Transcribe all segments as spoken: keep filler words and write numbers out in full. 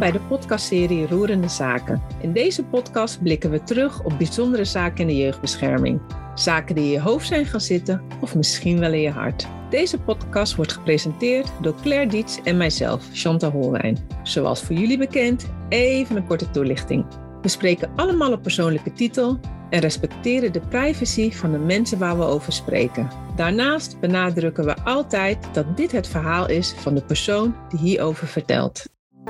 bij de podcastserie Roerende Zaken. In deze podcast blikken we terug op bijzondere zaken in de jeugdbescherming. Zaken die in je hoofd zijn gaan zitten of misschien wel in je hart. Deze podcast wordt gepresenteerd door Claire Dietz en mijzelf, Chantal Holwijn. Zoals voor jullie bekend, even een korte toelichting. We spreken allemaal op persoonlijke titel en respecteren de privacy van de mensen waar we over spreken. Daarnaast benadrukken we altijd dat dit het verhaal is van de persoon die hierover vertelt.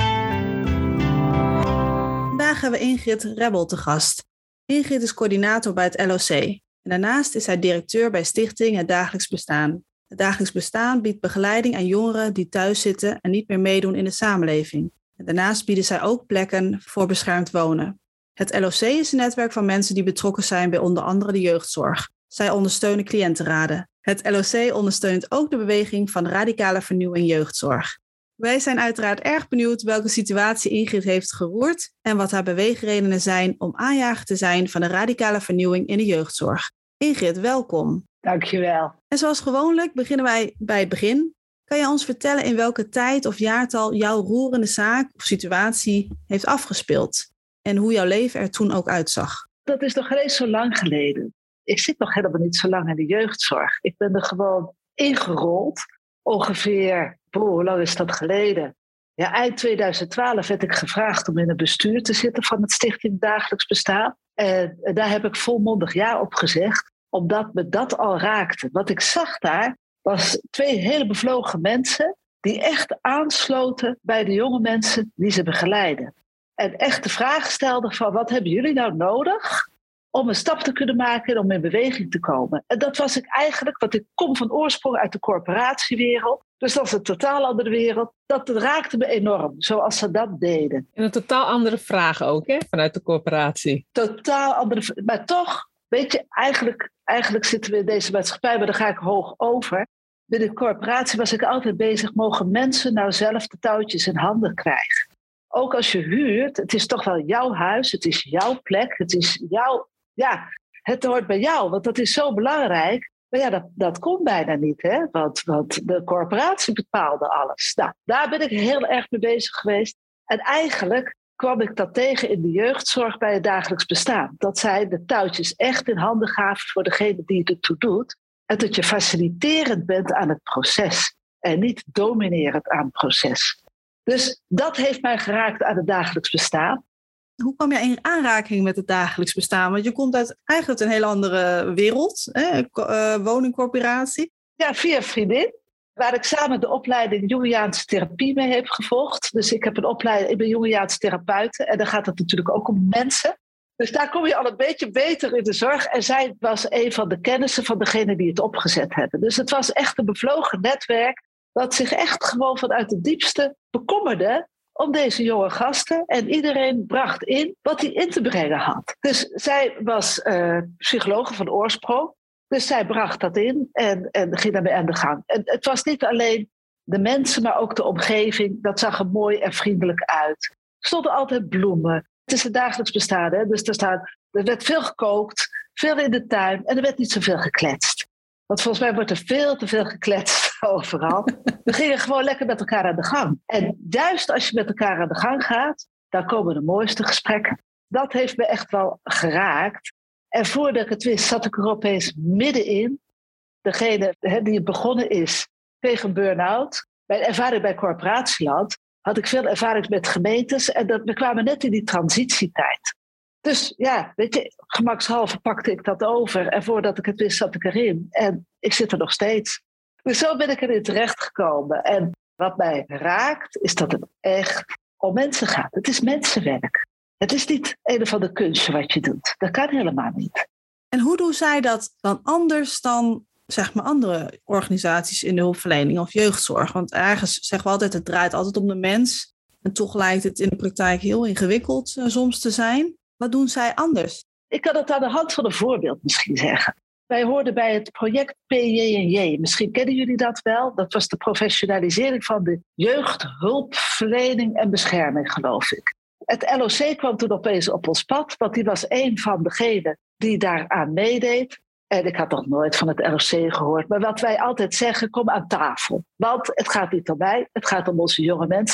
Vandaag hebben we Ingrid Rebel te gast. Ingrid is coördinator bij het L O C. En daarnaast is zij directeur bij Stichting Het Dagelijks Bestaan. Het Dagelijks Bestaan biedt begeleiding aan jongeren die thuis zitten en niet meer meedoen in de samenleving. En daarnaast bieden zij ook plekken voor beschermd wonen. Het L O C is een netwerk van mensen die betrokken zijn bij onder andere de jeugdzorg. Zij ondersteunen cliëntenraden. Het L O C ondersteunt ook de beweging van radicale vernieuwing jeugdzorg. Wij zijn uiteraard erg benieuwd welke situatie Ingrid heeft geroerd en wat haar beweegredenen zijn om aanjager te zijn van de radicale vernieuwing in de jeugdzorg. Ingrid, welkom. Dankjewel. En zoals gewoonlijk beginnen wij bij het begin. Kan je ons vertellen in welke tijd of jaartal jouw roerende zaak of situatie heeft afgespeeld? En hoe jouw leven er toen ook uitzag? Dat is nog geen eens zo lang geleden. Ik zit nog helemaal niet zo lang in de jeugdzorg. Ik ben er gewoon ingerold. Ongeveer, boh, hoe lang is dat geleden? Ja, eind tweeduizend twaalf werd ik gevraagd om in het bestuur te zitten van het Stichting Dagelijks Bestaan. En daar heb ik volmondig ja op gezegd, omdat me dat al raakte. Wat ik zag daar was twee hele bevlogen mensen die echt aansloten bij de jonge mensen die ze begeleiden. En echt de vraag stelden van wat hebben jullie nou nodig om een stap te kunnen maken en om in beweging te komen. En dat was ik eigenlijk, want ik kom van oorsprong uit de corporatiewereld. Dus dat is een totaal andere wereld. Dat raakte me enorm, zoals ze dat deden. En een totaal andere vraag ook, hè, vanuit de corporatie. Totaal andere, maar toch, weet je, eigenlijk, eigenlijk zitten we in deze maatschappij, maar daar ga ik hoog over. Binnen de corporatie was ik altijd bezig, mogen mensen nou zelf de touwtjes in handen krijgen. Ook als je huurt, het is toch wel jouw huis, het is jouw plek, het is jouw, ja, het hoort bij jou, want dat is zo belangrijk. Maar ja, dat, dat kon bijna niet, hè? Want, want de corporatie bepaalde alles. Nou, daar ben ik heel erg mee bezig geweest. En eigenlijk kwam ik dat tegen in de jeugdzorg bij het dagelijks bestaan. Dat zij de touwtjes echt in handen gaven voor degene die het ertoe doet. En dat je faciliterend bent aan het proces en niet dominerend aan het proces. Dus dat heeft mij geraakt aan het dagelijks bestaan. Hoe kwam jij in aanraking met het dagelijks bestaan? Want je komt uit eigenlijk een hele andere wereld, hè? Uh, woningcorporatie. Ja, via een vriendin, waar ik samen de opleiding Jungiaanse therapie mee heb gevolgd. Dus ik heb een opleiding, ik ben Jungiaanse therapeute en dan gaat het natuurlijk ook om mensen. Dus daar kom je al een beetje beter in de zorg. En zij was een van de kennissen van degene die het opgezet hebben. Dus het was echt een bevlogen netwerk dat zich echt gewoon vanuit het diepste bekommerde om deze jonge gasten. En iedereen bracht in wat hij in te brengen had. Dus zij was uh, psychologe van oorsprong. Dus zij bracht dat in en, en ging daarmee aan de gang. En het was niet alleen de mensen, maar ook de omgeving. Dat zag er mooi en vriendelijk uit. Er stonden altijd bloemen. Het is het dagelijks bestaan, hè? Dus er, staan, er werd veel gekookt, veel in de tuin en er werd niet zoveel gekletst. Want volgens mij wordt er veel te veel gekletst overal. We gingen gewoon lekker met elkaar aan de gang. En juist als je met elkaar aan de gang gaat, dan komen de mooiste gesprekken. Dat heeft me echt wel geraakt. En voordat ik het wist, zat ik er opeens middenin. Degene hè, die begonnen is tegen een burn-out. Mijn ervaring bij corporatieland had ik veel ervaring met gemeentes. En dat, we kwamen net in die transitietijd. Dus ja, weet je, gemakshalve pakte ik dat over. En voordat ik het wist, zat ik erin. En ik zit er nog steeds. Dus zo ben ik erin terechtgekomen. En wat mij raakt, is dat het echt om mensen gaat. Het is mensenwerk. Het is niet een of ander kunstje wat je doet. Dat kan helemaal niet. En hoe doen zij dat dan anders dan, zeg maar, andere organisaties in de hulpverlening of jeugdzorg? Want ergens zeggen we altijd, het draait altijd om de mens. En toch lijkt het in de praktijk heel ingewikkeld uh, soms te zijn. Wat doen zij anders? Ik kan het aan de hand van een voorbeeld misschien zeggen. Wij hoorden bij het project P J en J. Misschien kennen jullie dat wel. Dat was de professionalisering van de jeugdhulpverlening en bescherming, geloof ik. Het L O C kwam toen opeens op ons pad, want die was een van degenen die daaraan meedeed. En ik had nog nooit van het L O C gehoord. Maar wat wij altijd zeggen, kom aan tafel. Want het gaat niet om mij, het gaat om onze jonge mensen.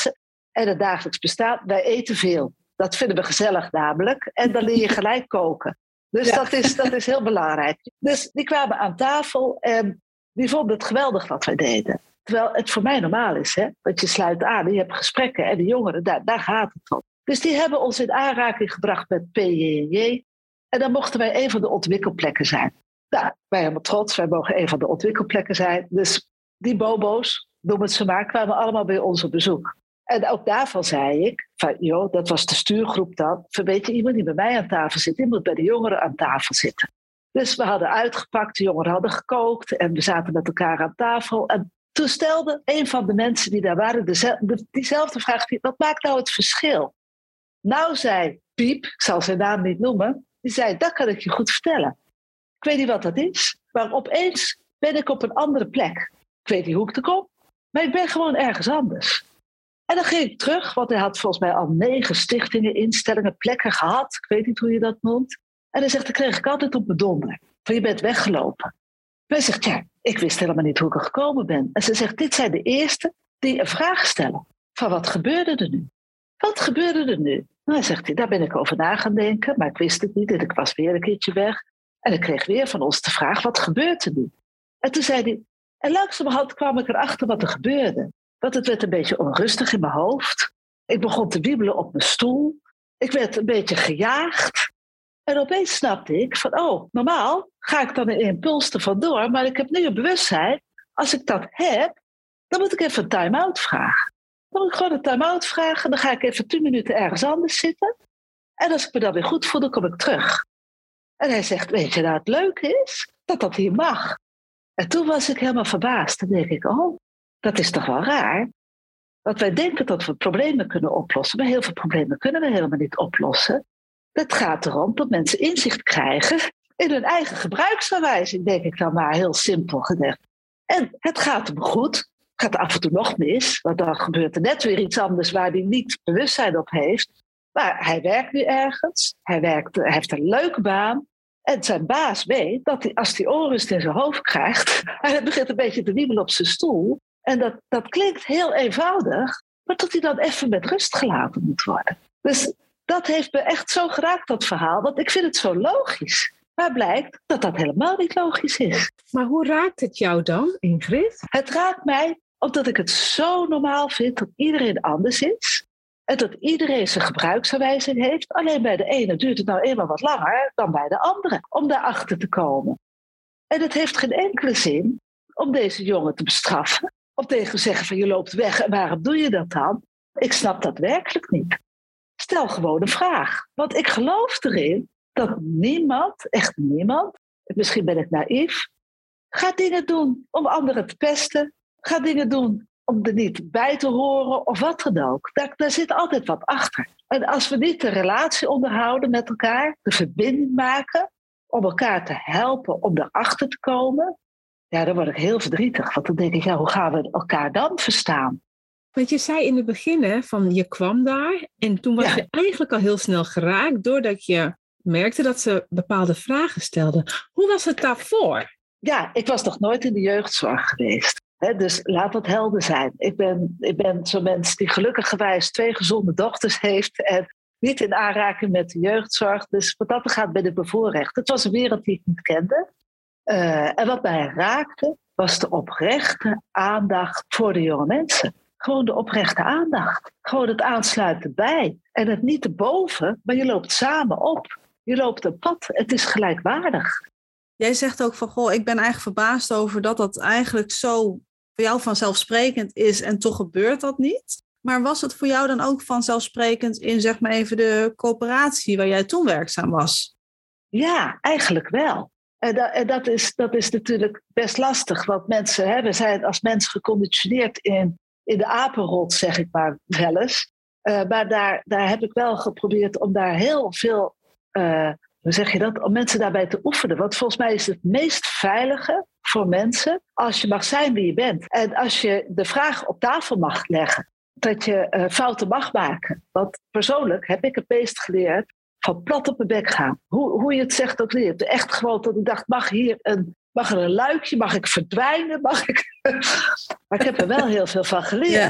en het dagelijks bestaan. Wij eten veel. Dat vinden we gezellig namelijk. En dan leer je gelijk koken. Dus ja. dat, is, dat is heel belangrijk. Dus die kwamen aan tafel en die vonden het geweldig wat wij deden. Terwijl het voor mij normaal is. Hè? Want je sluit aan, je hebt gesprekken en de jongeren, daar, daar gaat het om. Dus die hebben ons in aanraking gebracht met P J N J. En dan mochten wij een van de ontwikkelplekken zijn. Nou, wij helemaal trots, wij mogen een van de ontwikkelplekken zijn. Dus die bobo's, noem het ze maar, kwamen allemaal bij ons op bezoek. En ook daarvan zei ik, van, joh, dat was de stuurgroep dan. Weet je, iemand die bij mij aan tafel zit, die moet bij de jongeren aan tafel zitten. Dus we hadden uitgepakt, de jongeren hadden gekookt en we zaten met elkaar aan tafel. En toen stelde een van de mensen die daar waren dezelfde, diezelfde vraag, wat maakt nou het verschil? Nou zei Piep, ik zal zijn naam niet noemen, die zei, dat kan ik je goed vertellen. Ik weet niet wat dat is, maar opeens ben ik op een andere plek. Ik weet niet hoe ik er kom, maar ik ben gewoon ergens anders. En dan ging ik terug, want hij had volgens mij al negen stichtingen, instellingen, plekken gehad. Ik weet niet hoe je dat noemt. En hij zegt, dan kreeg ik altijd op mijn donder. Van, je bent weggelopen. Hij zegt, ja, ik wist helemaal niet hoe ik er gekomen ben. En ze zegt, dit zijn de eerste die een vraag stellen. Van, wat gebeurde er nu? Wat gebeurde er nu? Nou, hij zegt, daar ben ik over na gaan denken, maar ik wist het niet. En ik was weer een keertje weg. En ik kreeg weer van ons de vraag, wat gebeurt er nu? En toen zei hij, en langzamerhand kwam ik erachter wat er gebeurde. Want het werd een beetje onrustig in mijn hoofd. Ik begon te wiebelen op mijn stoel. Ik werd een beetje gejaagd. En opeens snapte ik van, oh, normaal ga ik dan in impuls er vandoor. Maar ik heb nu een bewustzijn. Als ik dat heb, dan moet ik even een time-out vragen. Dan moet ik gewoon een time-out vragen. Dan ga ik even tien minuten ergens anders zitten. En als ik me dan weer goed voel, dan kom ik terug. En hij zegt, weet je nou het leuke is? Dat dat hier mag. En toen was ik helemaal verbaasd. Dan denk ik, oh, dat is toch wel raar? Want wij denken dat we problemen kunnen oplossen. Maar heel veel problemen kunnen we helemaal niet oplossen. Het gaat erom dat mensen inzicht krijgen in hun eigen gebruiksaanwijzing, denk ik dan maar, heel simpel gezegd. En het gaat hem goed. Het gaat af en toe nog mis. Want dan gebeurt er net weer iets anders waar hij niet bewustzijn op heeft. Maar hij werkt nu ergens. Hij, werkt, hij heeft een leuke baan. En zijn baas weet dat hij, als hij onrust in zijn hoofd krijgt, hij begint een beetje te wiebelen op zijn stoel. En dat, dat klinkt heel eenvoudig, maar dat hij dan even met rust gelaten moet worden. Dus dat heeft me echt zo geraakt, dat verhaal, want ik vind het zo logisch. Maar blijkt dat dat helemaal niet logisch is. Maar hoe raakt het jou dan, Ingrid? Het raakt mij omdat ik het zo normaal vind dat iedereen anders is. En dat iedereen zijn gebruiksaanwijzing heeft. Alleen bij de ene duurt het nou eenmaal wat langer dan bij de andere om daarachter te komen. En het heeft geen enkele zin om deze jongen te bestraffen. Of tegen te zeggen van je loopt weg en waarom doe je dat dan? Ik snap dat werkelijk niet. Stel gewoon een vraag. Want ik geloof erin dat niemand, echt niemand, misschien ben ik naïef, gaat dingen doen om anderen te pesten. Gaat dingen doen om er niet bij te horen of wat dan ook. Daar, daar zit altijd wat achter. En als we niet de relatie onderhouden met elkaar, de verbinding maken, om elkaar te helpen om erachter te komen, ja, dan word ik heel verdrietig. Want dan denk ik, ja, hoe gaan we elkaar dan verstaan? Want je zei in het begin, hè, van je kwam daar en toen was ja. je eigenlijk al heel snel geraakt doordat je merkte dat ze bepaalde vragen stelden. Hoe was het daarvoor? Ja, ik was nog nooit in de jeugdzorg geweest. He, dus laat dat helder zijn. Ik ben, ik ben zo'n mens die gelukkigerwijs twee gezonde dochters heeft en niet in aanraking met de jeugdzorg. Dus wat dat gaat ben ik bevoorrecht. Het was een wereld die ik niet kende. Uh, en wat mij raakte was de oprechte aandacht voor de jonge mensen. Gewoon de oprechte aandacht. Gewoon het aansluiten bij. En het niet erboven, maar je loopt samen op. Je loopt een pad. Het is gelijkwaardig. Jij zegt ook van, goh, ik ben eigenlijk verbaasd over dat dat eigenlijk zo voor jou vanzelfsprekend is en toch gebeurt dat niet. Maar was het voor jou dan ook vanzelfsprekend in, zeg maar even, de coöperatie waar jij toen werkzaam was? Ja, eigenlijk wel. En dat, en dat, is, dat is natuurlijk best lastig, want mensen hebben, zijn als mens geconditioneerd in, in de apenrot, zeg ik maar wel eens. Uh, maar daar, daar heb ik wel geprobeerd om daar heel veel, uh, hoe zeg je dat, om mensen daarbij te oefenen. Want volgens mij is het meest veilige voor mensen als je mag zijn wie je bent. En als je de vraag op tafel mag leggen, dat je uh, fouten mag maken. Want persoonlijk heb ik het meest geleerd van plat op mijn bek gaan. Hoe, hoe je het zegt ook leert. Echt gewoon dat ik dacht, mag hier een, mag er een luikje, mag ik verdwijnen? Mag ik... Maar ik heb er wel heel veel van geleerd.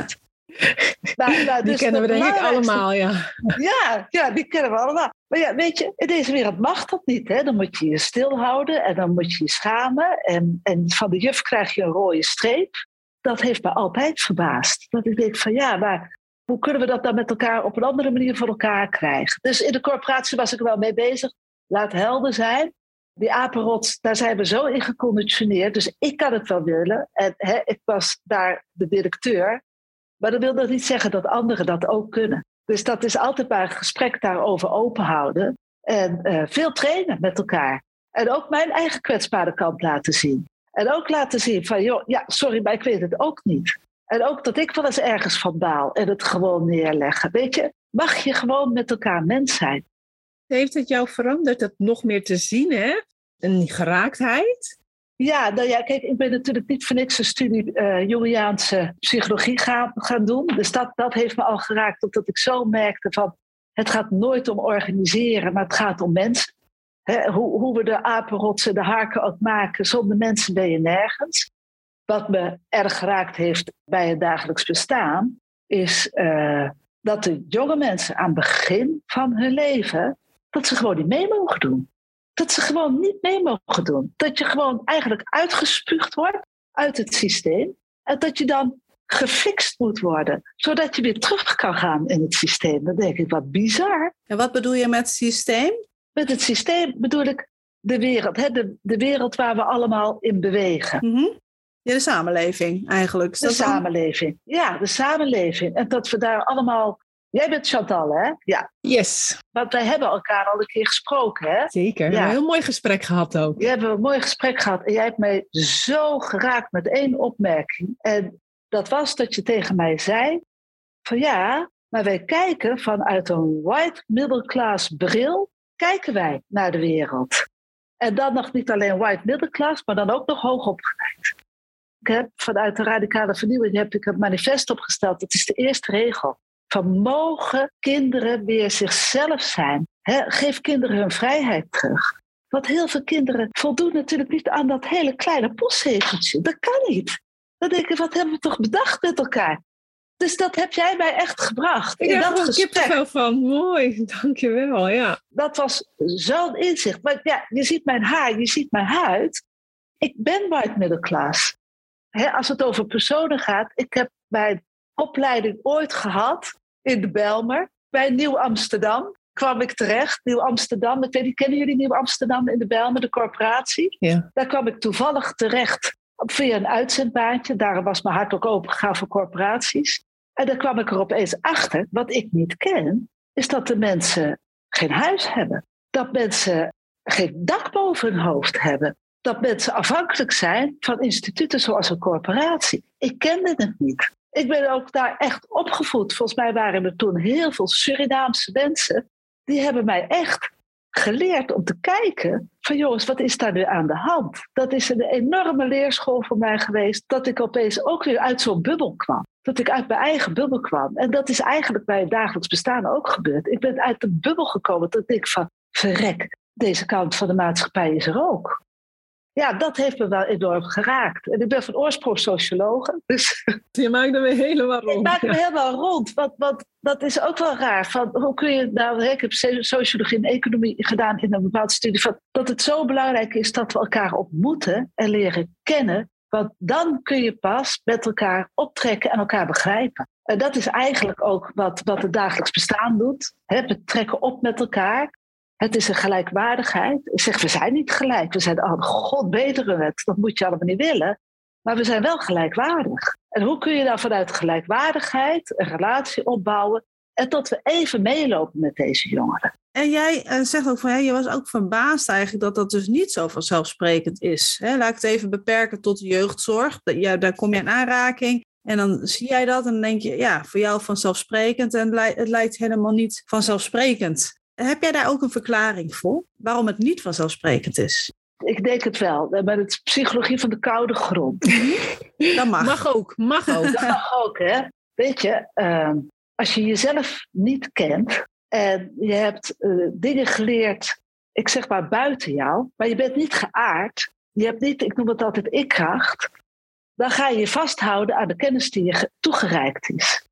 Nou, nou, die dus kennen we denk ik belangrijkste... allemaal, ja. Ja, ja, die kennen we allemaal. Maar ja, weet je, in deze wereld mag dat niet. Hè? Dan moet je je stilhouden en dan moet je je schamen. En, en van de juf krijg je een rode streep. Dat heeft me altijd verbaasd. Dat ik denk van ja, maar hoe kunnen we dat dan met elkaar op een andere manier voor elkaar krijgen? Dus in de corporatie was ik er wel mee bezig. Laat helder zijn. Die apenrots, daar zijn we zo in geconditioneerd. Dus ik kan het wel willen. En hè, ik was daar de directeur. Maar dat wil nog niet zeggen dat anderen dat ook kunnen. Dus dat is altijd maar een gesprek daarover open houden. En uh, veel trainen met elkaar. En ook mijn eigen kwetsbare kant laten zien. En ook laten zien van, joh, ja, sorry, maar ik weet het ook niet. En ook dat ik wel eens ergens van baal en het gewoon neerleggen. Weet je, mag je gewoon met elkaar mens zijn. Heeft het jou veranderd dat nog meer te zien, hè? Een geraaktheid? Ja, nou ja, kijk, ik ben natuurlijk niet voor niks een studie uh, Jungiaanse psychologie gaan, gaan doen. Dus dat, dat heeft me al geraakt, omdat ik zo merkte van... het gaat nooit om organiseren, maar het gaat om mensen. He, hoe, hoe we de apenrotsen, de harken ook maken, zonder mensen ben je nergens. Wat me erg geraakt heeft bij het dagelijks bestaan... is uh, dat de jonge mensen aan het begin van hun leven... dat ze gewoon niet mee mogen doen. Dat ze gewoon niet mee mogen doen. Dat je gewoon eigenlijk uitgespuugd wordt uit het systeem. En dat je dan gefixt moet worden. Zodat je weer terug kan gaan in het systeem. Dan denk ik, wat bizar. En wat bedoel je met systeem? Met het systeem bedoel ik de wereld. Hè? De, de wereld waar we allemaal in bewegen. Mm-hmm. Ja, de samenleving eigenlijk. Is de dat samenleving. Dan? Ja, de samenleving. En dat we daar allemaal... Jij bent Chantal, hè? Ja. Yes. Want wij hebben elkaar al een keer gesproken, hè? Zeker. We ja. hebben een heel mooi gesprek gehad ook. We hebben een mooi gesprek gehad. En jij hebt mij zo geraakt met één opmerking. En dat was dat je tegen mij zei... van ja, maar wij kijken vanuit een white middle class bril... kijken wij naar de wereld. En dan nog niet alleen white middle class... maar dan ook nog hoog opgeleid. Ik heb vanuit de radicale vernieuwing... heb ik een manifest opgesteld. Dat is de eerste regel. Van mogen kinderen weer zichzelf zijn. He, geef kinderen hun vrijheid terug. Want heel veel kinderen voldoen natuurlijk niet aan dat hele kleine postzegeltje. Dat kan niet. Dan denk ik, wat hebben we toch bedacht met elkaar? Dus dat heb jij mij echt gebracht. Ik heb er een kippenvel van. Mooi, dankjewel. Ja. Dat was zo'n inzicht. Maar ja, je ziet mijn haar, je ziet mijn huid. Ik ben white middle class. He, als het over personen gaat. Ik heb mijn opleiding ooit gehad in de Bijlmer. Bij Nieuw Amsterdam kwam ik terecht. Nieuw Amsterdam, ik weet niet, kennen jullie Nieuw Amsterdam in de Bijlmer, de corporatie? Ja. Daar kwam ik toevallig terecht via een uitzendbaantje. Daar was mijn hart ook opengegaan voor corporaties. En daar kwam ik er opeens achter, wat ik niet ken, is dat de mensen geen huis hebben. Dat mensen geen dak boven hun hoofd hebben. Dat mensen afhankelijk zijn van instituten zoals een corporatie. Ik kende het niet. Ik ben ook daar echt opgevoed. Volgens mij waren er toen heel veel Surinaamse mensen. Die hebben mij echt geleerd om te kijken van jongens, wat is daar nu aan de hand? Dat is een enorme leerschool voor mij geweest. Dat ik opeens ook weer uit zo'n bubbel kwam. Dat ik uit mijn eigen bubbel kwam. En dat is eigenlijk bij het dagelijks bestaan ook gebeurd. Ik ben uit de bubbel gekomen dat ik denk van verrek, deze kant van de maatschappij is er ook. Ja, dat heeft me wel enorm geraakt. En ik ben van oorsprong sociologe. Dus je maakt me helemaal rond. Ik maak me ja. helemaal rond. Want, want dat is ook wel raar. Van, hoe kun je nou, ik heb sociologie en economie gedaan in een bepaalde studie. Van, dat het zo belangrijk is dat we elkaar ontmoeten en leren kennen. Want dan kun je pas met elkaar optrekken en elkaar begrijpen. En dat is eigenlijk ook wat, wat het dagelijks bestaan doet. Hè? We trekken op met elkaar. Het is een gelijkwaardigheid. Ik zeg, we zijn niet gelijk. We zijn, oh god, betere wet. Dat moet je allemaal niet willen. Maar we zijn wel gelijkwaardig. En hoe kun je dan vanuit gelijkwaardigheid een relatie opbouwen en dat we even meelopen met deze jongeren? En jij uh, zegt ook van, hey, je was ook verbaasd eigenlijk dat dat dus niet zo vanzelfsprekend is. Hè? Laat ik het even beperken tot de jeugdzorg. Ja, daar kom je in aanraking en dan zie jij dat en dan denk je, ja, voor jou vanzelfsprekend en het lijkt helemaal niet vanzelfsprekend. Heb jij daar ook een verklaring voor? Waarom het niet vanzelfsprekend is? Ik denk het wel. Maar het is psychologie van de koude grond. Dat mag. Mag ook, mag ook. Dat mag ook, hè. Weet je, uh, als je jezelf niet kent en je hebt uh, dingen geleerd, ik zeg maar buiten jou, maar je bent niet geaard, je hebt niet, ik noem het altijd ik-kracht, dan ga je je vasthouden aan de kennis die je toegereikt is.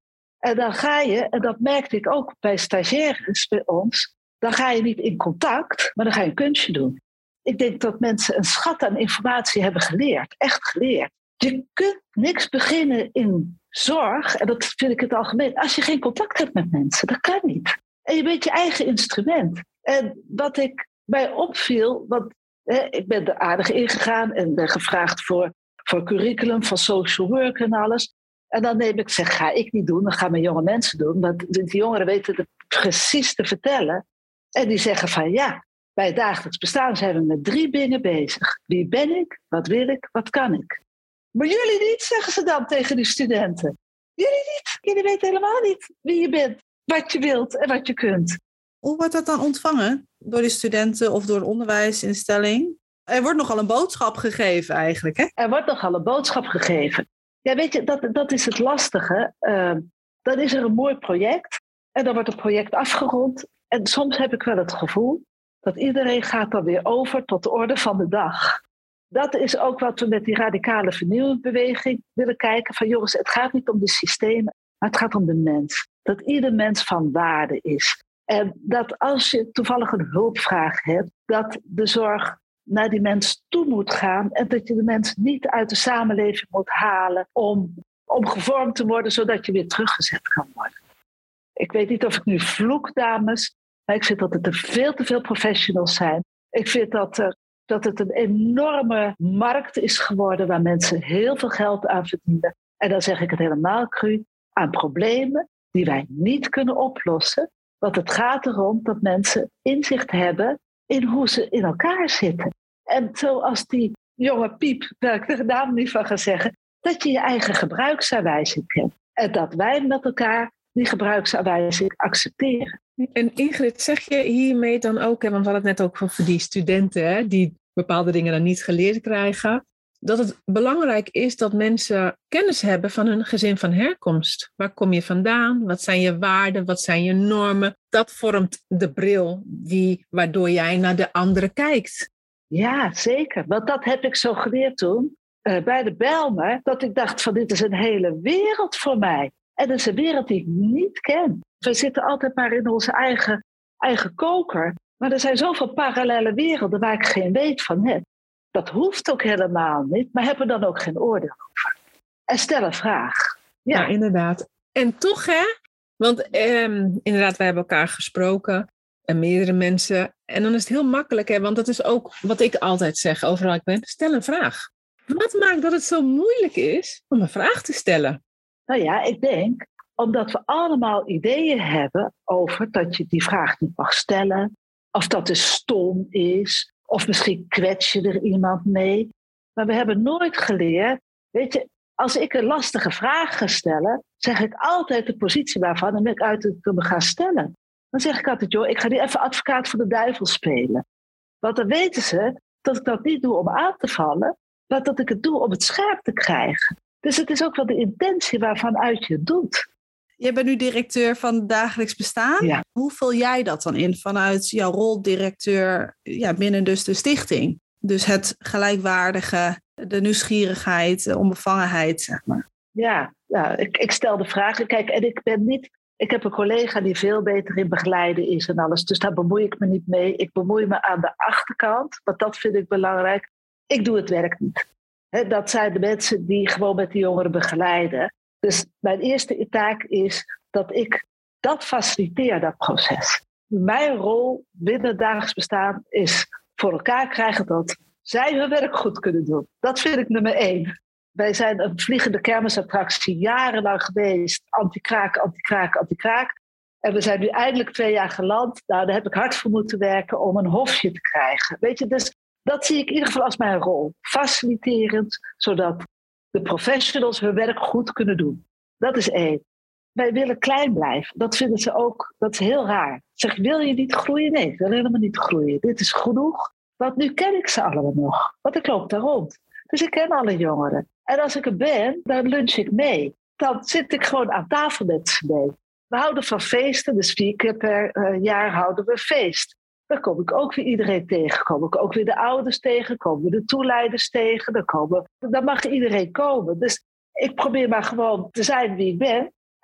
En dan ga je, en dat merkte ik ook bij stagiaires bij ons, dan ga je niet in contact, maar dan ga je een kunstje doen. Ik denk dat mensen een schat aan informatie hebben geleerd, echt geleerd. Je kunt niks beginnen in zorg, en dat vind ik het algemeen, als je geen contact hebt met mensen. Dat kan niet. En je bent je eigen instrument. En wat ik mij opviel, want hè, ik ben er aardig ingegaan en ben gevraagd voor, voor curriculum van social work en alles. En dan neem ik, zeg, ga ik niet doen, dan gaan mijn jonge mensen doen. Want die jongeren weten het precies te vertellen. En die zeggen van ja, bij het dagelijks bestaan zijn we met drie dingen bezig. Wie ben ik, wat wil ik, wat kan ik? Maar jullie niet, zeggen ze dan tegen die studenten. Jullie niet, jullie weten helemaal niet wie je bent, wat je wilt en wat je kunt. Hoe wordt dat dan ontvangen door die studenten of door een onderwijsinstelling? Er wordt nogal een boodschap gegeven eigenlijk, hè? Er wordt nogal een boodschap gegeven. Ja, weet je, dat, dat is het lastige. Uh, dan is er een mooi project en dan wordt het project afgerond. En soms heb ik wel het gevoel dat iedereen gaat dan weer over tot de orde van de dag. Dat is ook wat we met die radicale vernieuwingsbeweging willen kijken. Van jongens, het gaat niet om de systemen, maar het gaat om de mens. Dat ieder mens van waarde is. En dat als je toevallig een hulpvraag hebt, dat de zorg naar die mens toe moet gaan en dat je de mens niet uit de samenleving moet halen om, om gevormd te worden, zodat je weer teruggezet kan worden. Ik weet niet of ik nu vloek, dames, maar ik vind dat het er veel te veel professionals zijn. Ik vind dat, er, dat het een enorme markt is geworden waar mensen heel veel geld aan verdienen. En dan zeg ik het helemaal cru, aan problemen die wij niet kunnen oplossen. Want het gaat erom dat mensen inzicht hebben in hoe ze in elkaar zitten. En zoals die jonge Piep, waar ik de naam niet van ga zeggen, dat je je eigen gebruiksaanwijzing kent. En dat wij met elkaar die gebruiksaanwijzing accepteren. En Ingrid, zeg je hiermee dan ook, hè, want we hadden het net ook over die studenten, hè, die bepaalde dingen dan niet geleerd krijgen, dat het belangrijk is dat mensen kennis hebben van hun gezin van herkomst. Waar kom je vandaan? Wat zijn je waarden? Wat zijn je normen? Dat vormt de bril die, waardoor jij naar de anderen kijkt. Ja, zeker. Want dat heb ik zo geleerd toen uh, bij de Bijlmer, dat ik dacht van dit is een hele wereld voor mij. En dat is een wereld die ik niet ken. We zitten altijd maar in onze eigen, eigen koker. Maar er zijn zoveel parallele werelden waar ik geen weet van heb. Dat hoeft ook helemaal niet, maar heb er dan ook geen oordeel over. En stel een vraag. Ja, ja inderdaad. En toch, hè? Want eh, inderdaad, wij hebben elkaar gesproken. En meerdere mensen. En dan is het heel makkelijk, hè? Want dat is ook wat ik altijd zeg, overal ik ben. Stel een vraag. Wat maakt dat het zo moeilijk is om een vraag te stellen? Nou ja, ik denk omdat we allemaal ideeën hebben over dat je die vraag niet mag stellen. Of dat het stom is. Of misschien kwets je er iemand mee. Maar we hebben nooit geleerd. Weet je, als ik een lastige vraag ga stellen, zeg ik altijd de positie waarvan en ik uit te kunnen gaan stellen. Dan zeg ik altijd, joh, ik ga nu even advocaat voor de duivel spelen. Want dan weten ze dat ik dat niet doe om aan te vallen, maar dat ik het doe om het scherp te krijgen. Dus het is ook wel de intentie waarvan uit je het doet. Je bent nu directeur van Dagelijks Bestaan. Ja. Hoe vul jij dat dan in vanuit jouw rol directeur ja, binnen dus de stichting? Dus het gelijkwaardige, de nieuwsgierigheid, de onbevangenheid, zeg maar. Ja, ja ik, ik stel de vragen. Kijk, en ik ben niet... Ik heb een collega die veel beter in begeleiden is en alles. Dus daar bemoei ik me niet mee. Ik bemoei me aan de achterkant, want dat vind ik belangrijk. Ik doe het werk niet. He, dat zijn de mensen die gewoon met die jongeren begeleiden. Dus mijn eerste taak is dat ik dat faciliteer, dat proces. Mijn rol binnen het dagelijks bestaan is voor elkaar krijgen dat zij hun werk goed kunnen doen. Dat vind ik nummer één. Wij zijn een vliegende kermisattractie jarenlang geweest. Anti-kraak, anti-kraak, anti-kraak. En we zijn nu eindelijk twee jaar geland. Nou, daar heb ik hard voor moeten werken om een hofje te krijgen. Weet je, dus dat zie ik in ieder geval als mijn rol. Faciliterend, zodat de professionals hun werk goed kunnen doen. Dat is één. Wij willen klein blijven. Dat vinden ze ook, dat is heel raar. Zeg, wil je niet groeien? Nee, ik wil helemaal niet groeien. Dit is genoeg. Want nu ken ik ze allemaal nog. Want ik loop daar rond. Dus ik ken alle jongeren. En als ik er ben, dan lunch ik mee. Dan zit ik gewoon aan tafel met ze mee. We houden van feesten, dus vier keer per uh, jaar houden we feest. Dan kom ik ook weer iedereen tegen. Kom ik ook weer de ouders tegen. Komen we de toeleiders tegen. Dan, komen, dan mag iedereen komen. Dus ik probeer maar gewoon te zijn wie ik ben.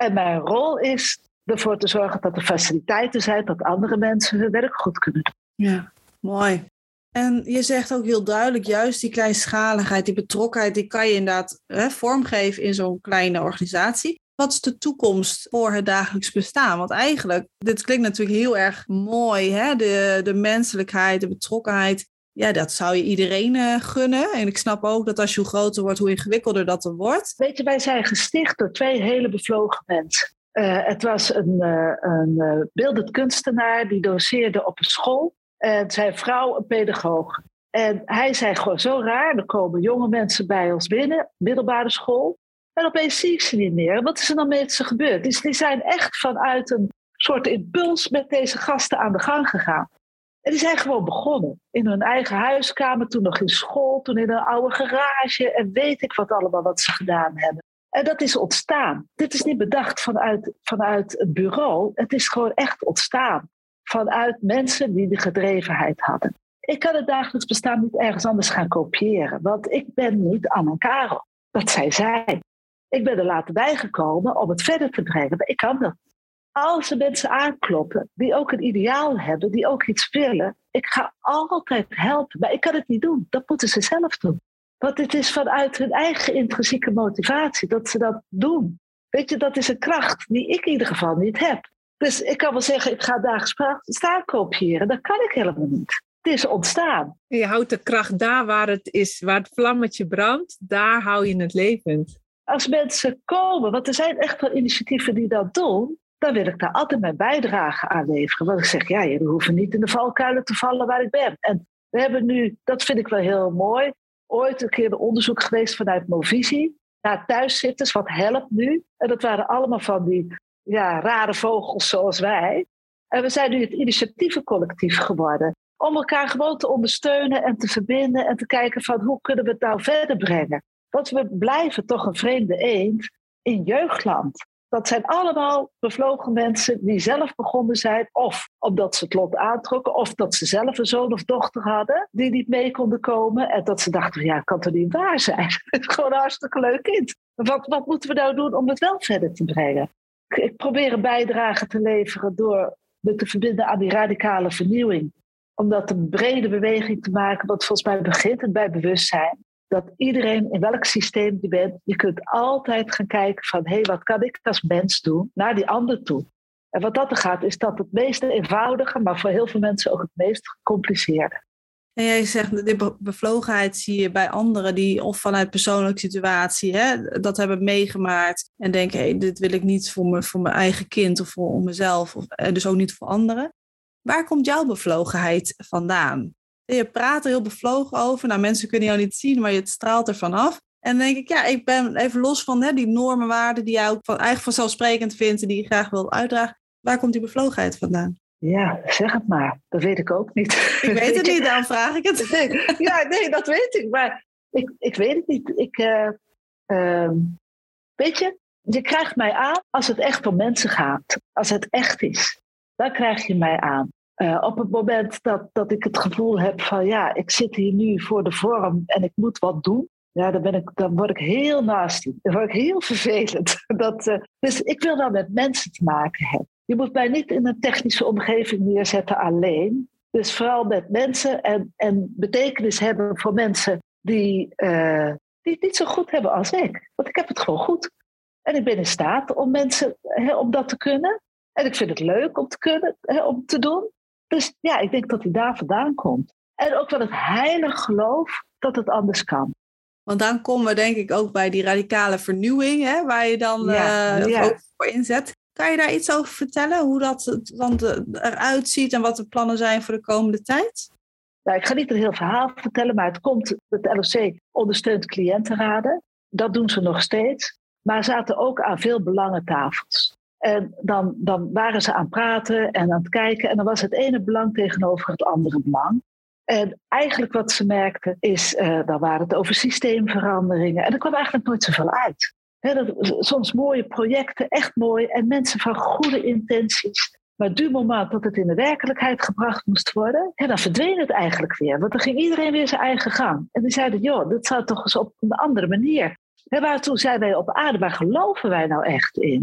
En mijn rol is ervoor te zorgen dat er faciliteiten zijn, dat andere mensen hun werk goed kunnen doen. Ja, mooi. En je zegt ook heel duidelijk, juist die kleinschaligheid, die betrokkenheid, die kan je inderdaad hè, vormgeven in zo'n kleine organisatie. Wat is de toekomst voor het dagelijks bestaan? Want eigenlijk, dit klinkt natuurlijk heel erg mooi, hè? De, de menselijkheid, de betrokkenheid. Ja, dat zou je iedereen uh, gunnen. En ik snap ook dat als je hoe groter wordt, hoe ingewikkelder dat er wordt. Weet je, wij zijn gesticht door twee hele bevlogen mensen. Uh, het was een, uh, een uh, beeldend kunstenaar die doceerde op een school. En zijn vrouw een pedagoog. En hij zei gewoon zo raar, er komen jonge mensen bij ons binnen, middelbare school. En opeens zie ik ze niet meer. Wat is er dan met ze gebeurd? Dus die zijn echt vanuit een soort impuls met deze gasten aan de gang gegaan. En die zijn gewoon begonnen. In hun eigen huiskamer, toen nog in school, toen in een oude garage. En weet ik wat allemaal wat ze gedaan hebben. En dat is ontstaan. Dit is niet bedacht vanuit, vanuit het bureau. Het is gewoon echt ontstaan. Vanuit mensen die de gedrevenheid hadden. Ik kan het dagelijks bestaan niet ergens anders gaan kopiëren. Want ik ben niet Anne en Karel. Dat zijn zij. Ik ben er later bijgekomen om het verder te brengen. Maar ik kan dat. Als er mensen aankloppen die ook een ideaal hebben, die ook iets willen. Ik ga altijd helpen. Maar ik kan het niet doen. Dat moeten ze zelf doen. Want het is vanuit hun eigen intrinsieke motivatie dat ze dat doen. Weet je, dat is een kracht die ik in ieder geval niet heb. Dus ik kan wel zeggen, ik ga dagelijks bestaan kopiëren. Dat kan ik helemaal niet. Het is ontstaan. Je houdt de kracht daar waar het is, waar het vlammetje brandt, daar hou je het levend. Als mensen komen, want er zijn echt wel initiatieven die dat doen, dan wil ik daar altijd mijn bijdrage aan leveren. Want ik zeg, ja, jullie hoeven niet in de valkuilen te vallen waar ik ben. En we hebben nu, dat vind ik wel heel mooi, ooit een keer een onderzoek geweest vanuit Movisie naar thuiszitters, wat helpt nu? En dat waren allemaal van die ja, rare vogels zoals wij. En we zijn nu het initiatievencollectief geworden. Om elkaar gewoon te ondersteunen en te verbinden en te kijken van hoe kunnen we het nou verder brengen. Want we blijven toch een vreemde eend in jeugdland. Dat zijn allemaal bevlogen mensen die zelf begonnen zijn. Of omdat ze het lot aantrokken. Of dat ze zelf een zoon of dochter hadden die niet mee konden komen. En dat ze dachten, ja, kan toch niet waar zijn? Het is gewoon een hartstikke leuk kind. Wat, wat moeten we nou doen om het wel verder te brengen? Ik, ik probeer een bijdrage te leveren door me te verbinden aan die radicale vernieuwing. Om dat een brede beweging te maken. Want volgens mij begint het bij bewustzijn. Dat iedereen, in welk systeem je bent, je kunt altijd gaan kijken van, hé, hey, wat kan ik als mens doen naar die ander toe? En wat dat er gaat, is dat het meest eenvoudige, maar voor heel veel mensen ook het meest gecompliceerde. En jij zegt, de bevlogenheid zie je bij anderen die of vanuit persoonlijke situatie hè, dat hebben meegemaakt en denken, hé, hey, dit wil ik niet voor, me, voor mijn eigen kind of voor mezelf, of, dus ook niet voor anderen. Waar komt jouw bevlogenheid vandaan? Je praat er heel bevlogen over. Nou, mensen kunnen jou niet zien, maar je straalt er vanaf. En dan denk ik, ja, ik ben even los van hè, die normen, waarden die jij ook van, eigenlijk vanzelfsprekend vindt en die je graag wil uitdragen. Waar komt die bevlogenheid vandaan? Ja, zeg het maar. Dat weet ik ook niet. Ik weet het niet, dan vraag ik het. Ja, nee, dat weet ik. Maar ik, ik weet het niet. Ik, uh, uh, weet je, je krijgt mij aan als het echt om mensen gaat. Als het echt is. Dan krijg je mij aan. Uh, op het moment dat, dat ik het gevoel heb van ja, ik zit hier nu voor de vorm en ik moet wat doen. Ja, dan, ben ik, dan word ik heel nasty. Dan word ik heel vervelend. Dat, uh, dus ik wil wel met mensen te maken hebben. Je moet mij niet in een technische omgeving neerzetten alleen. Dus vooral met mensen en, en betekenis hebben voor mensen die, uh, die het niet zo goed hebben als ik. Want ik heb het gewoon goed. En ik ben in staat om mensen he, om dat te kunnen. En ik vind het leuk om te kunnen, he, om te doen. Dus ja, ik denk dat hij daar vandaan komt. En ook wel het heilig geloof dat het anders kan. Want dan komen we denk ik ook bij die radicale vernieuwing, hè, waar je dan ja, uh, ja. ook voor inzet. Kan je daar iets over vertellen? Hoe dat dan eruit ziet en wat de plannen zijn voor de komende tijd? Nou, ik ga niet een heel verhaal vertellen, maar het komt, het L O C ondersteunt cliëntenraden. Dat doen ze nog steeds. Maar zaten ook aan veel belangentafels. En dan, dan waren ze aan het praten en aan het kijken. En dan was het ene belang tegenover het andere belang. En eigenlijk wat ze merkten is, uh, dan waren het over systeemveranderingen. En er kwam eigenlijk nooit zoveel uit. He, dat, soms mooie projecten, echt mooi. En mensen van goede intenties. Maar du moment dat het in de werkelijkheid gebracht moest worden, he, dan verdween het eigenlijk weer. Want dan ging iedereen weer zijn eigen gang. En die zeiden, joh, dat zou toch eens op een andere manier. He, waartoe zijn wij op aarde? Waar geloven wij nou echt in?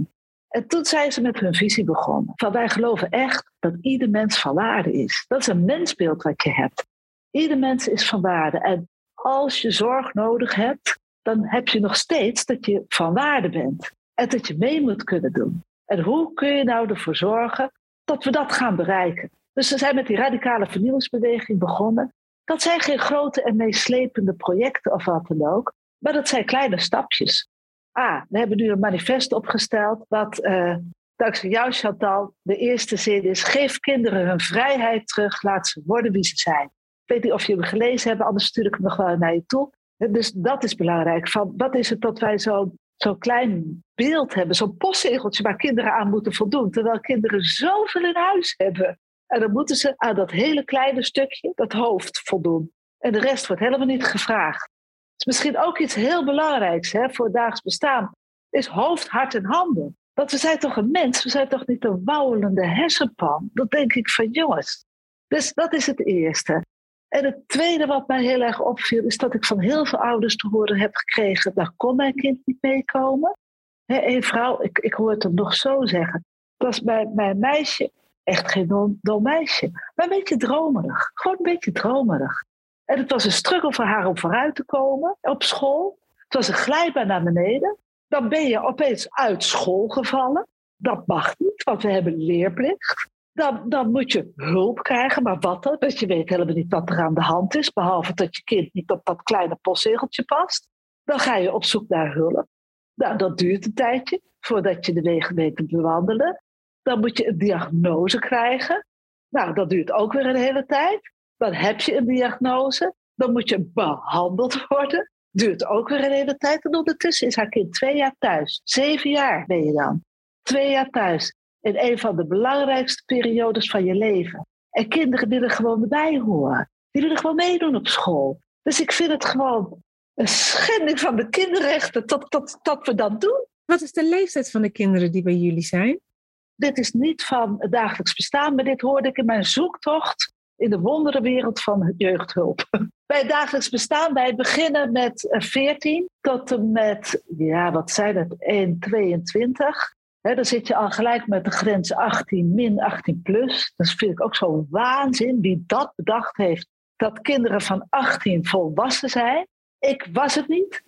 En toen zijn ze met hun visie begonnen. Van wij geloven echt dat ieder mens van waarde is. Dat is een mensbeeld wat je hebt. Ieder mens is van waarde. En als je zorg nodig hebt, dan heb je nog steeds dat je van waarde bent. En dat je mee moet kunnen doen. En hoe kun je nou ervoor zorgen dat we dat gaan bereiken? Dus ze zijn met die radicale vernieuwingsbeweging begonnen. Dat zijn geen grote en meeslepende projecten of wat dan ook. Maar dat zijn kleine stapjes. Ah, we hebben nu een manifest opgesteld. Wat, uh, dankzij jou Chantal, de eerste zin is: geef kinderen hun vrijheid terug. Laat ze worden wie ze zijn. Ik weet niet of je hem gelezen hebt, anders stuur ik hem nog wel naar je toe. Dus dat is belangrijk. Van, wat is het dat wij zo'n zo'n klein beeld hebben, zo'n postzegeltje waar kinderen aan moeten voldoen, terwijl kinderen zoveel in huis hebben. En dan moeten ze aan dat hele kleine stukje, dat hoofd, voldoen. En de rest wordt helemaal niet gevraagd. Het is misschien ook iets heel belangrijks hè, voor het dagelijks bestaan, is hoofd, hart en handen. Want we zijn toch een mens, we zijn toch niet een wauwelende hersenpan. Dat denk ik van jongens. Dus dat is het eerste. En het tweede wat mij heel erg opviel, is dat ik van heel veel ouders te horen heb gekregen, daar kon mijn kind niet meekomen. Een vrouw, ik, ik hoor het hem nog zo zeggen, dat was bij mijn meisje echt geen dom, dom meisje, maar een beetje dromerig. Gewoon een beetje dromerig. En het was een struggle voor haar om vooruit te komen op school. Het was een glijbaan naar beneden. Dan ben je opeens uit school gevallen. Dat mag niet, want we hebben leerplicht. Dan, dan moet je hulp krijgen, maar wat dan? Want je weet helemaal niet wat er aan de hand is, behalve dat je kind niet op dat kleine postzegeltje past. Dan ga je op zoek naar hulp. Nou, dat duurt een tijdje, voordat je de wegen weet te bewandelen. Dan moet je een diagnose krijgen. Nou, dat duurt ook weer een hele tijd. Dan heb je een diagnose. Dan moet je behandeld worden. Duurt ook weer een hele tijd. En ondertussen is haar kind twee jaar thuis. Zeven jaar ben je dan. Twee jaar thuis. In een van de belangrijkste periodes van je leven. En kinderen willen gewoon erbij horen. Die willen gewoon meedoen op school. Dus ik vind het gewoon een schending van de kinderrechten dat, dat, dat we dat doen. Wat is de leeftijd van de kinderen die bij jullie zijn? Dit is niet van het dagelijks bestaan, maar dit hoorde ik in mijn zoektocht in de wonderenwereld van jeugdhulp. Bij het dagelijks bestaan, wij beginnen met veertien tot en met, ja, wat zijn het, één tweeëntwintig. He, dan zit je al gelijk met de grens achttien min achttien plus. Dat vind ik ook zo'n waanzin wie dat bedacht heeft. Dat kinderen van achttien volwassen zijn. Ik was het niet.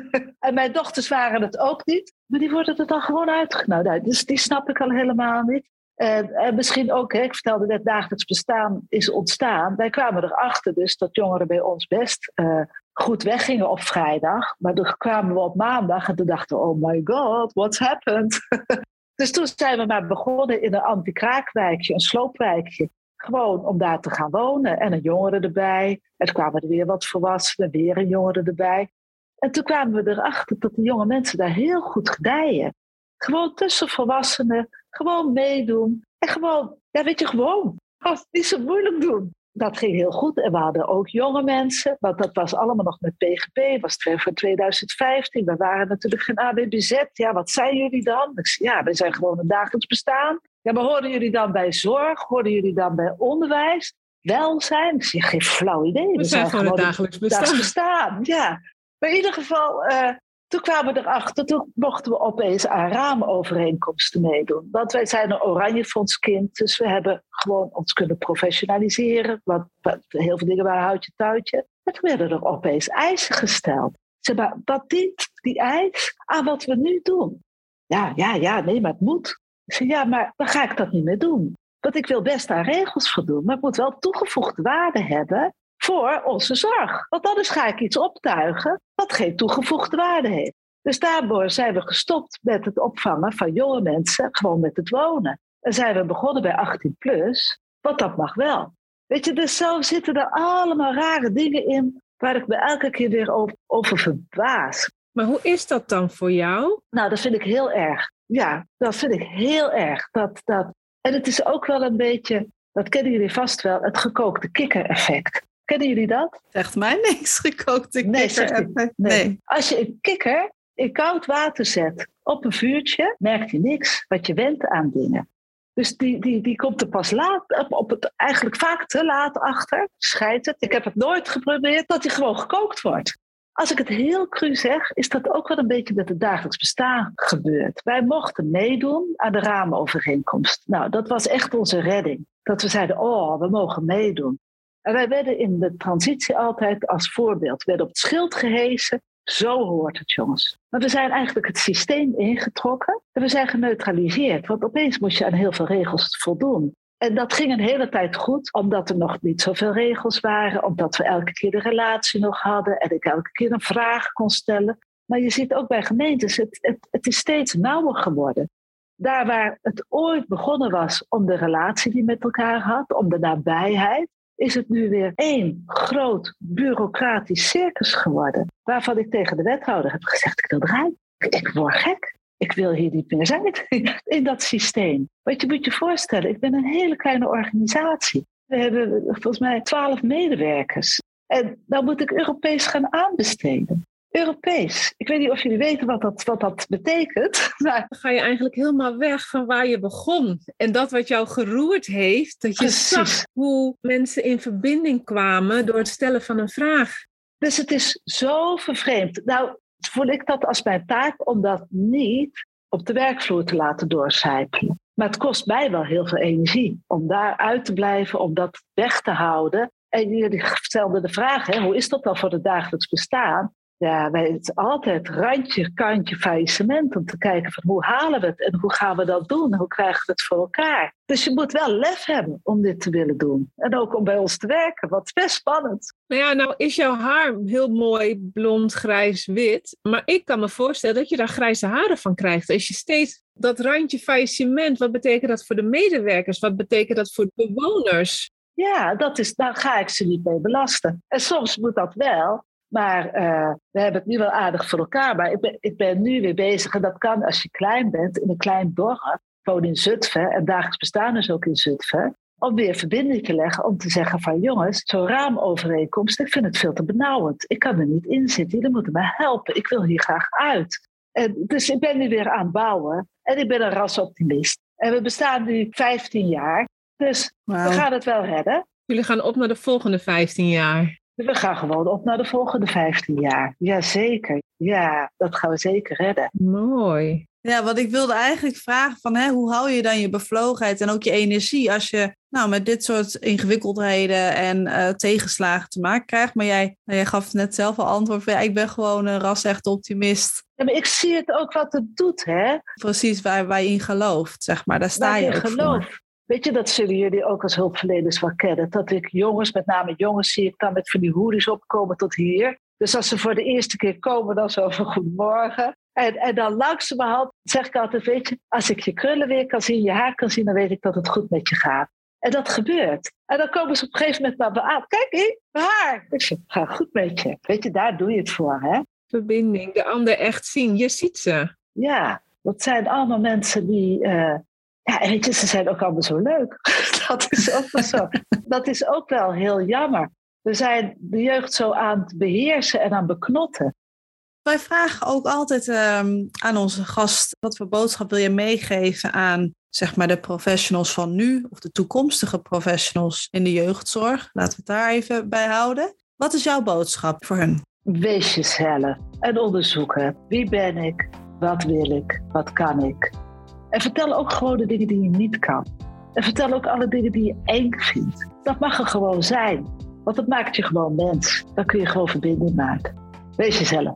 En mijn dochters waren het ook niet. Maar die worden er dan gewoon uitgenodigd. Dus die snap ik al helemaal niet. En, en misschien ook, hè, ik vertelde net, dagelijks bestaan is ontstaan. Wij kwamen erachter dus dat jongeren bij ons best uh, goed weggingen op vrijdag. Maar toen kwamen we op maandag en toen dachten we, oh my god, what's happened? Dus toen zijn we maar begonnen in een anti-kraakwijkje, een sloopwijkje. Gewoon om daar te gaan wonen. En een jongere erbij. En toen kwamen er weer wat volwassenen, weer een jongere erbij. En toen kwamen we erachter dat de jonge mensen daar heel goed gedijen. Gewoon tussen volwassenen, gewoon meedoen. En gewoon, ja weet je, gewoon. Gewoon niet zo moeilijk doen. Dat ging heel goed. En we hadden ook jonge mensen. Want dat was allemaal nog met P G B. Was het voor twintig vijftien. We waren natuurlijk geen A B B Z. Ja, wat zijn jullie dan? Ik zei, ja, we zijn gewoon een dagelijks bestaan. Ja, maar hoorden jullie dan bij zorg? Hoorden jullie dan bij onderwijs? Welzijn? Ik zei, geen flauw idee. We, we zijn, zijn gewoon een dagelijks bestaan. dagelijks bestaan. Ja. Maar in ieder geval, uh, toen kwamen we erachter, toen mochten we opeens aan raamovereenkomsten meedoen. Want wij zijn een Oranjefondskind, dus we hebben gewoon ons kunnen professionaliseren. Want heel veel dingen waren houtje touwtje. En toen werden er opeens eisen gesteld. Zeg maar, wat dient die eis aan wat we nu doen? Ja, ja, ja, nee, maar het moet. Ik zei, ja, maar dan ga ik dat niet meer doen. Want ik wil best aan regels voldoen, maar ik moet wel toegevoegde waarde hebben voor onze zorg. Want anders ga ik iets optuigen wat geen toegevoegde waarde heeft. Dus daardoor zijn we gestopt met het opvangen van jonge mensen, gewoon met het wonen. En zijn we begonnen bij achttien plus, want dat mag wel. Weet je, dus zo zitten er allemaal rare dingen in waar ik me elke keer weer over, over verbaas. Maar hoe is dat dan voor jou? Nou, dat vind ik heel erg. Ja, dat vind ik heel erg. Dat, dat. En het is ook wel een beetje, dat kennen jullie vast wel, het gekookte kikker-effect. Kennen jullie dat? Zegt mij niks, gekookte kikker-effect. Nee, nee. nee. Als je een kikker in koud water zet op een vuurtje, merkt hij niks, wat je went aan dingen. Dus die, die, die komt er pas laat, op, op het, eigenlijk vaak te laat achter, scheidt het. Ik heb het nooit geprobeerd, dat hij gewoon gekookt wordt. Als ik het heel cru zeg, is dat ook wel een beetje met het dagelijks bestaan gebeurd. Wij mochten meedoen aan de ramenovereenkomst. Nou, dat was echt onze redding. Dat we zeiden, oh, we mogen meedoen. En wij werden in de transitie altijd als voorbeeld. We werden op het schild gehesen. Zo hoort het, jongens. Maar we zijn eigenlijk het systeem ingetrokken. En we zijn geneutraliseerd. Want opeens moest je aan heel veel regels voldoen. En dat ging een hele tijd goed, omdat er nog niet zoveel regels waren. Omdat we elke keer de relatie nog hadden. En ik elke keer een vraag kon stellen. Maar je ziet ook bij gemeentes, het, het, het is steeds nauwer geworden. Daar waar het ooit begonnen was om de relatie die met elkaar had, om de nabijheid, is het nu weer één groot bureaucratisch circus geworden. Waarvan ik tegen de wethouder heb gezegd, ik wil eruit. Ik word gek. Ik wil hier niet meer zijn in dat systeem. Want je moet je voorstellen, ik ben een hele kleine organisatie. We hebben volgens mij twaalf medewerkers. En dan moet ik Europees gaan aanbesteden. Europees. Ik weet niet of jullie weten wat dat, wat dat betekent. Maar Dan ga je eigenlijk helemaal weg van waar je begon. En dat wat jou geroerd heeft, dat je Precies. zag hoe mensen in verbinding kwamen door het stellen van een vraag. Dus het is zo vervreemd. Nou, voel ik dat als mijn taak om dat niet op de werkvloer te laten doorcijpelen. Maar het kost mij wel heel veel energie om daar uit te blijven, om dat weg te houden. En jullie stelden de vraag, hè, hoe is dat dan voor het dagelijks bestaan? Ja, wij, het is altijd randje, kantje, faillissement om te kijken van hoe halen we het en hoe gaan we dat doen en hoe krijgen we het voor elkaar. Dus je moet wel lef hebben om dit te willen doen. En ook om bij ons te werken, wat is best spannend. Nou ja, nou is jouw haar heel mooi blond, grijs, wit. Maar ik kan me voorstellen dat je daar grijze haren van krijgt. Als je steeds dat randje faillissement, wat betekent dat voor de medewerkers? Wat betekent dat voor de bewoners? Ja, dat is, daar ga ik ze niet mee belasten. En soms moet dat wel. Maar uh, we hebben het nu wel aardig voor elkaar. Maar ik ben, ik ben nu weer bezig. En dat kan als je klein bent, in een klein dorp. Gewoon in Zutphen. En dagelijks bestaan is ook in Zutphen. Om weer verbinding te leggen. Om te zeggen van jongens, zo'n raamovereenkomst. Ik vind het veel te benauwend. Ik kan er niet in zitten. Jullie moeten me helpen. Ik wil hier graag uit. En dus ik ben nu weer aan het bouwen. En ik ben een rasoptimist. En we bestaan nu vijftien jaar. Dus wow. We gaan het wel redden. Jullie gaan op naar de volgende vijftien jaar. We gaan gewoon op naar de volgende vijftien jaar. Jazeker. Ja, dat gaan we zeker redden. Mooi. Ja, wat ik wilde eigenlijk vragen van hè, hoe hou je dan je bevlogenheid en ook je energie als je nou, met dit soort ingewikkeldheden en uh, tegenslagen te maken krijgt. Maar jij, nou, jij gaf net zelf al antwoord van ja, ik ben gewoon een ras-echt optimist. Ja, maar ik zie het ook wat het doet, hè? Precies waar, waar je in gelooft, zeg maar. Daar sta waar je je ook geloof. voor. Weet je, dat zullen jullie ook als hulpverleners wel kennen. Dat ik jongens, met name jongens, zie ik dan met van die hoodies opkomen tot hier. Dus als ze voor de eerste keer komen, dan zo van goedemorgen. En, en dan langzamerhand zeg ik altijd, weet je, als ik je krullen weer kan zien, je haar kan zien, dan weet ik dat het goed met je gaat. En dat gebeurt. En dan komen ze op een gegeven moment naar me aan. Kijk, hé, mijn haar. Ik zeg, ga goed met je. Weet je, daar doe je het voor, hè? Verbinding, de ander echt zien. Je ziet ze. Ja, dat zijn allemaal mensen die... Uh, ja, weet je, ze zijn ook allemaal zo leuk. Dat is ook wel zo. Dat is ook wel heel jammer. We zijn de jeugd zo aan het beheersen en aan beknotten. Wij vragen ook altijd um, aan onze gast, wat voor boodschap wil je meegeven aan zeg maar, de professionals van nu of de toekomstige professionals in de jeugdzorg? Laten we het daar even bij houden. Wat is jouw boodschap voor hen? Wees jezelf en onderzoeken. Wie ben ik? Wat wil ik? Wat kan ik? En vertel ook gewoon de dingen die je niet kan. En vertel ook alle dingen die je eng vindt. Dat mag er gewoon zijn. Want dat maakt je gewoon mens. Dan kun je gewoon verbinding maken. Wees jezelf.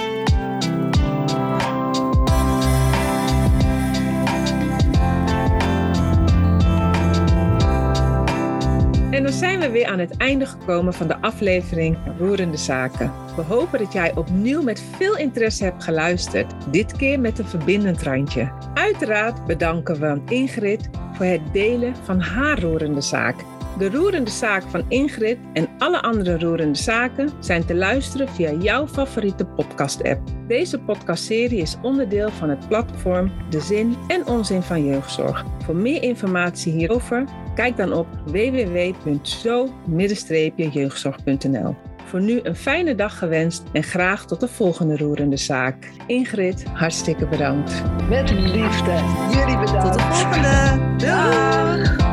En dan zijn we weer aan het einde gekomen van de aflevering Roerende Zaken. We hopen dat jij opnieuw met veel interesse hebt geluisterd. Dit keer met een verbindend randje. Uiteraard bedanken we aan Ingrid voor het delen van haar roerende zaak. De roerende zaak van Ingrid en alle andere roerende zaken zijn te luisteren via jouw favoriete podcast-app. Deze podcastserie is onderdeel van het platform De Zin en Onzin van Jeugdzorg. Voor meer informatie hierover, kijk dan op w w w punt zo jeugdzorg punt n l. Voor nu een fijne dag gewenst en graag tot de volgende roerende zaak. Ingrid, hartstikke bedankt. Met liefde. Jullie bedankt. Tot de volgende. Dag.